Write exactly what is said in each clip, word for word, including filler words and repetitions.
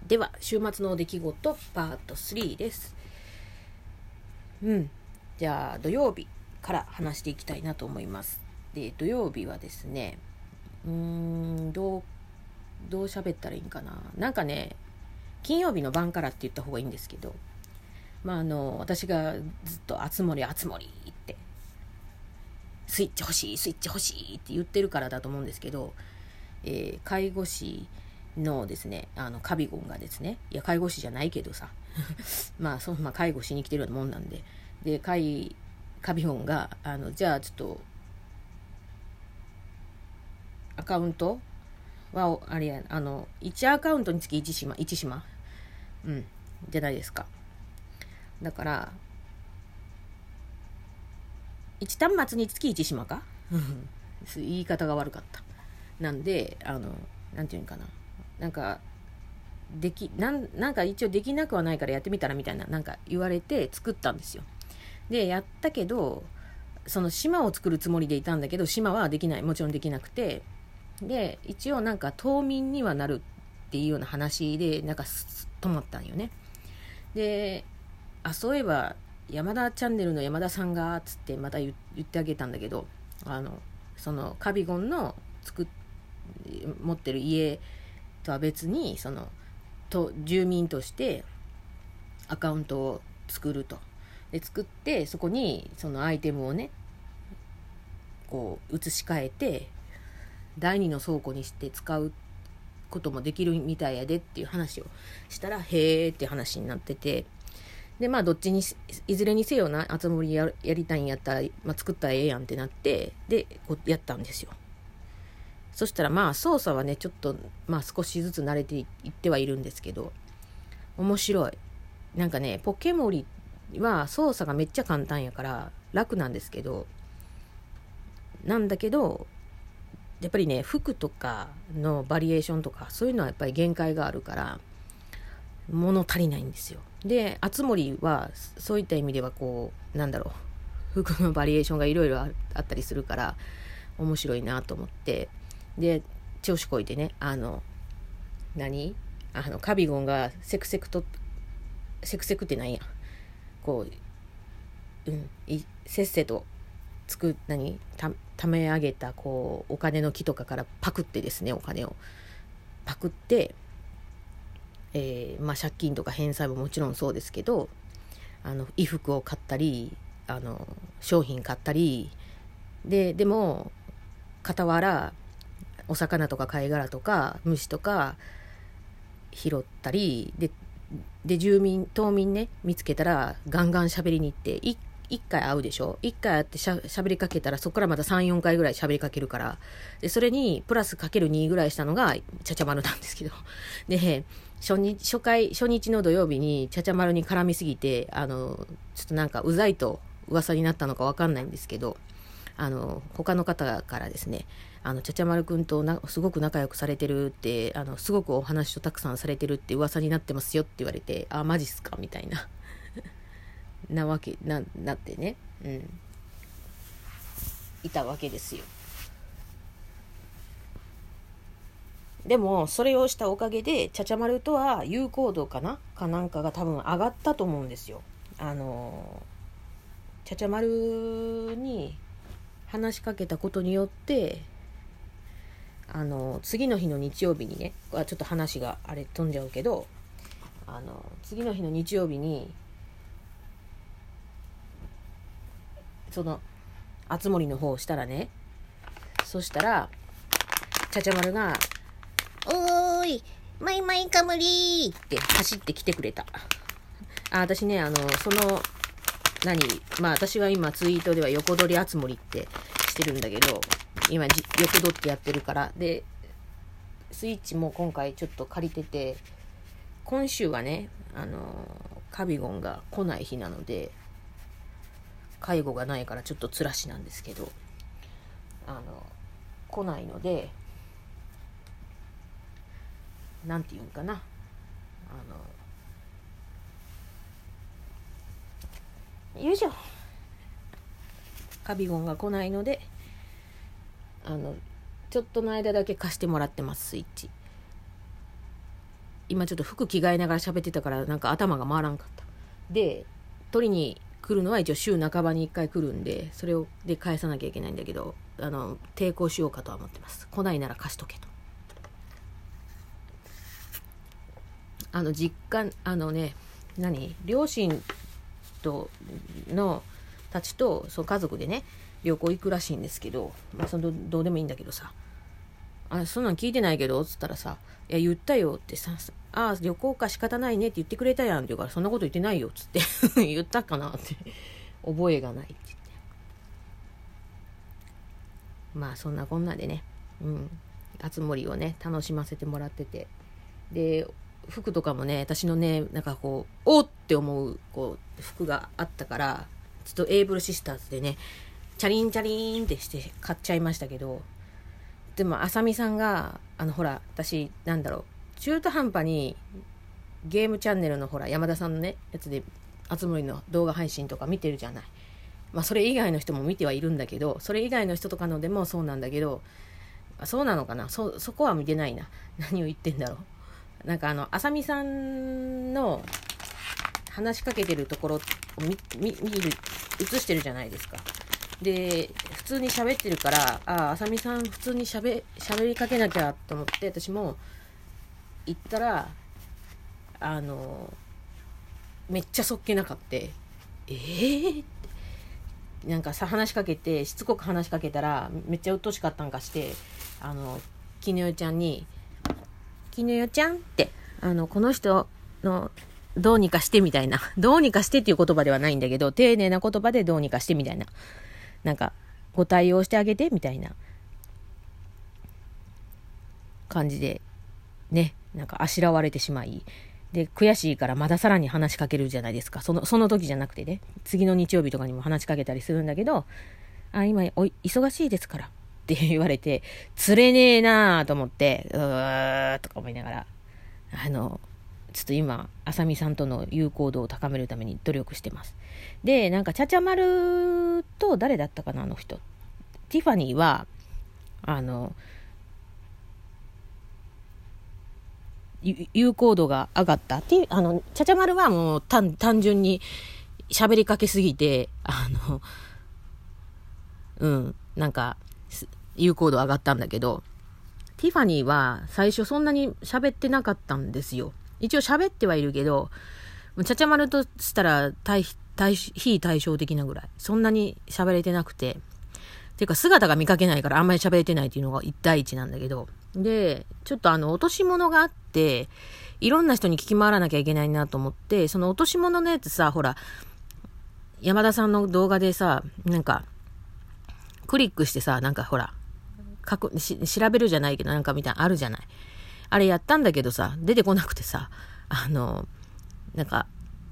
では週末の出来事パートスリーです。うんじゃあ土曜日から話していきたいなと思います。で土曜日はですねうーんどうどう喋ったらいいんかな。なんかね金曜日の晩からって言った方がいいんですけど、まああの私がずっとあつ森あつ森ってスイッチ欲しいスイッチ欲しいって言ってるからだと思うんですけど、えー、介護士のですねあのカビゴンがですね、いや介護士じゃないけどさまあそまあ介護しに来てるようなもんなんで、でカイカビゴンがあのじゃあちょっとアカウントはあれやあのいちアカウントにつきいち島いち島うんじゃないですか。だからいち端末につきいち島か言い方が悪かった。なんであのなんていうのかな、なんかできなんなんか一応できなくはないからやってみたらみたいななんか言われて作ったんですよ。でやったけどその島を作るつもりでいたんだけど島はできない、もちろんできなくて、で一応なんか島民にはなるっていうような話でなんか止まったんよね。であそういえば山田チャンネルの山田さんがつってまた 言, 言ってあげたんだけど、あのそのカビゴンの作っ持ってる家とは別にそのと住民としてアカウントを作ると。で作ってそこにそのアイテムをねこう移し替えて第二の倉庫にして使うこともできるみたいやでっていう話をしたら、へーって話になってて、でまあどっちにいずれにせよなあつ森 や, やりたいんやったら、まあ、作ったらええやんってなって、でこうやったんですよ。そしたらまあ操作はねちょっとまあ少しずつ慣れていってはいるんですけど、面白い。なんかねポケモリは操作がめっちゃ簡単やから楽なんですけど、なんだけどやっぱりね服とかのバリエーションとかそういうのはやっぱり限界があるから物足りないんですよ。であつ森はそういった意味ではこうなんだろう服のバリエーションがいろいろあったりするから面白いなと思って、で調子こいてねあの何あのカビゴンがセクセクとセクセクってなんやこう、うん、いせっせとつく何たため上げたこうお金の木とかからパクってですね、お金をパクって、えーまあ、借金とか返済ももちろんそうですけど、あの衣服を買ったりあの商品買ったりで、でも傍らお魚とか貝殻とか虫とか拾ったりで、で住民島民ね見つけたらガンガン喋りに行って、い一回会うでしょ、一回会ってしゃ喋りかけたらそこからまた さん,よん 回ぐらい喋りかけるから、でそれにプラスかけるにぐらいしたのがちゃちゃ丸なんですけど、で初日初回初日の土曜日にちゃちゃ丸に絡みすぎてあのちょっとなんかうざいと噂になったのかわかんないんですけど、あの他の方からですね、あのちゃちゃ丸くんとなすごく仲良くされてるって、あのすごくお話とたくさんされてるって噂になってますよって言われて、あマジっすかみたいななわけ な, なってね、うん、いたわけですよ。でもそれをしたおかげでちゃちゃ丸とは友好度かなかなんかが多分上がったと思うんですよ。あのちゃちゃ丸に話しかけたことによって、あの次の日の日曜日にね、ちょっと話があれ飛んじゃうけど、あの次の日の日曜日にそのあつ森の方をしたらね、そしたらちゃちゃ丸がおーいマイマイカムリーって走ってきてくれた。あ私ねあのその何まあ私は今ツイートでは横取りあつ森ってしてるんだけど、今横取ってやってるから、でスイッチも今回ちょっと借りてて、今週はねあのカビゴンが来ない日なので介護がないからちょっとつらしなんですけど、あの来ないのでなんていうんかな、あのよいしょカビゴンが来ないのであのちょっとの間だけ貸してもらってます、スイッチ。 今ちょっと服着替えながら喋ってたからなんか頭が回らんかった。で取りに来るのは一応週半ばにいっかい来るんで、それをで返さなきゃいけないんだけど、あの抵抗しようかとは思ってます。来ないなら貸しとけと。あの実家あのね何両親とのたちとそう家族でね旅行行くらしいんですけど、まあそのどうでもいいんだけどさ、あそんなん聞いてないけどっつったらさ、いや言ったよってさ、あ旅行か仕方ないねって言ってくれたやんって言うから、そんなこと言ってないよっつって言ったかなって覚えがないって言って、まあそんなこんなでね、うんあつ森をね楽しませてもらってて、で服とかもね私のねなんかこうおって思うこう服があったから、ちょっとエイブルシスターズでねチャリンチャリンってして買っちゃいましたけど、でもあさみさんがあのほら私なんだろう中途半端にゲームチャンネルのほら山田さんのねやつであつ森の動画配信とか見てるじゃない。まあそれ以外の人も見てはいるんだけど、それ以外の人とかのでもそうなんだけど、そうなのかな、 そ, そこは見てないな。何を言ってんだろう。なんかあのあさみさんの話しかけてるところを見見見る映してるじゃないですか。で普通に喋ってるから、ああさみさん普通にしゃべ喋りかけなきゃと思って私も行ったら、あのめっちゃそっけなかって、えーってなんかさ話しかけてしつこく話しかけたらめっちゃ鬱陶しかったんかして、あのきのよちゃんにきのよちゃんってあのこの人のどうにかしてみたいな、どうにかしてっていう言葉ではないんだけど丁寧な言葉でどうにかしてみたいな、なんかご対応してあげてみたいな感じでね、なんかあしらわれてしまい、で悔しいからまださらに話しかけるじゃないですか。そのその時じゃなくてね、次の日曜日とかにも話しかけたりするんだけど、あ今お忙しいですからって言われて釣れねえなと思って、うーとか思いながら、あのちょっと今あさみさんとの友好度を高めるために努力してます。でなんかちゃちゃまると誰だったかな、あの人ティファニーはあの友好度が上がったっていう、あのちゃちゃまるはもう単単純に喋りかけすぎて、あのうんなんか友好度上がったんだけど、ティファニーは最初そんなに喋ってなかったんですよ。一応喋ってはいるけど、ちゃちゃまるとしたら対対非対照的なぐらいそんなに喋れてなくて、ていうか姿が見かけないからあんまり喋れてないっていうのが一対一なんだけど、でちょっとあの落とし物があっていろんな人に聞き回らなきゃいけないなと思って、その落とし物のやつさ、ほら山田さんの動画でさなんかクリックしてさなんかほらかくし調べるじゃないけどなんかみたいなあるじゃない。あれやったんだけどさ出てこなくてさ、あのなんか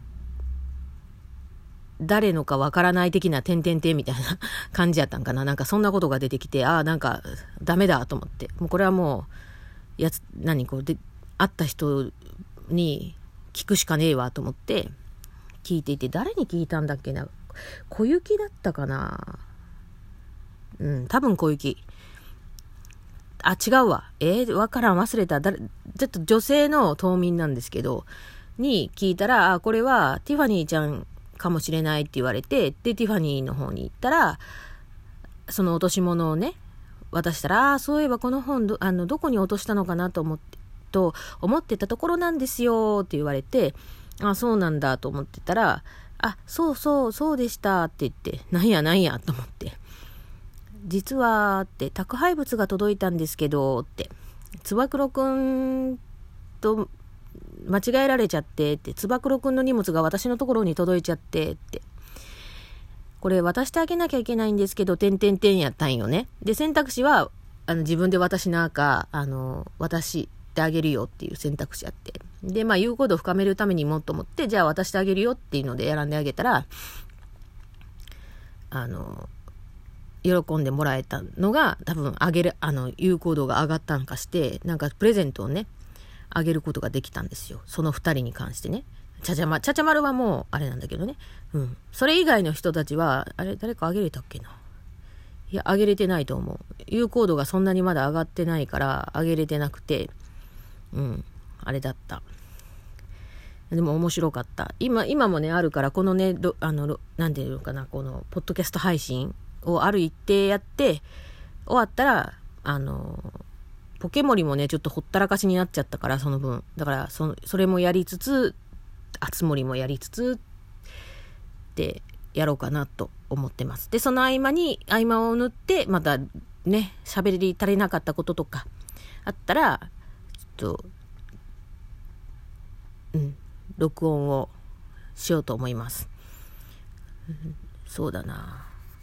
誰のかわからない的な点々点みたいな感じやったんかな、なんかそんなことが出てきて、ああなんかダメだと思って、もうこれはもうやつ何こうで会った人に聞くしかねえわと思って聞いていて、誰に聞いたんだっけな、小雪だったかな、うん多分小雪、あ違うわ、えー、わからん忘れた、誰ちょっと女性の島民なんですけどに聞いたら、あこれはティファニーちゃんかもしれないって言われて、でティファニーの方に行ったらその落とし物をね渡したら、あそういえばこの本 ど, あのどこに落としたのかなと思ってと思ってたところなんですよって言われて、あそうなんだと思ってたら、あそうそうそうでしたって言って、なんやなんやと思って、実はって宅配物が届いたんですけどって、つば九郎くんと間違えられちゃってって、つば九郎くんの荷物が私のところに届いちゃってって、これ渡してあげなきゃいけないんですけど点々点やったんよね。で選択肢はあの自分で渡しなあかあの渡してあげるよっていう選択肢あって、でまあ友好度を深めるためにもと思って、じゃあ渡してあげるよっていうので選んであげたら、あの喜んでもらえたのが多分あげるあの友好度が上がったんかして、なんかプレゼントをねあげることができたんですよ、そのふたりに関してね。ちゃちゃまちゃちゃまるはもうあれなんだけどね、うん、それ以外の人たちはあれ誰かあげれたっけな、いやあげれてないと思う。友好度がそんなにまだ上がってないからあげれてなくて、うんあれだった。でも面白かった。今、今もね、あるから、このね、あの、なんていうのかな、この、ポッドキャスト配信をある一定やって、終わったら、あの、ポケモリもね、ちょっとほったらかしになっちゃったから、その分。だから、その、それもやりつつ、あつ森もやりつつ、ってやろうかなと思ってます。で、その合間に、合間を縫って、またね、喋り足りなかったこととか、あったら、ちょっと、うん、録音をしようと思います。うん、そうだな。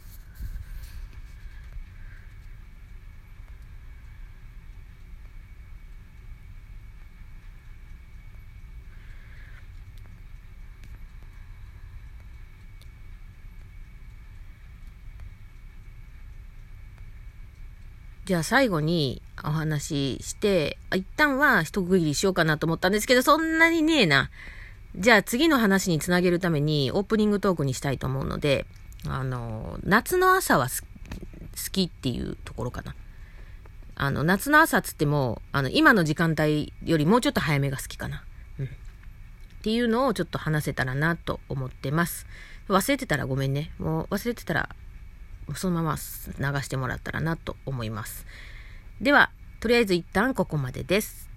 じゃあ最後にお話しして、一旦は一区切りしようかなと思ったんですけど、そんなにねえな。じゃあ次の話につなげるためにオープニングトークにしたいと思うので、あの、夏の朝は好きっていうところかな。あの、夏の朝つっても、あの、今の時間帯よりもうちょっと早めが好きかな。うん。っていうのをちょっと話せたらなと思ってます。忘れてたらごめんね。もう忘れてたら、そのまま流してもらったらなと思います。では、とりあえず一旦ここまでです。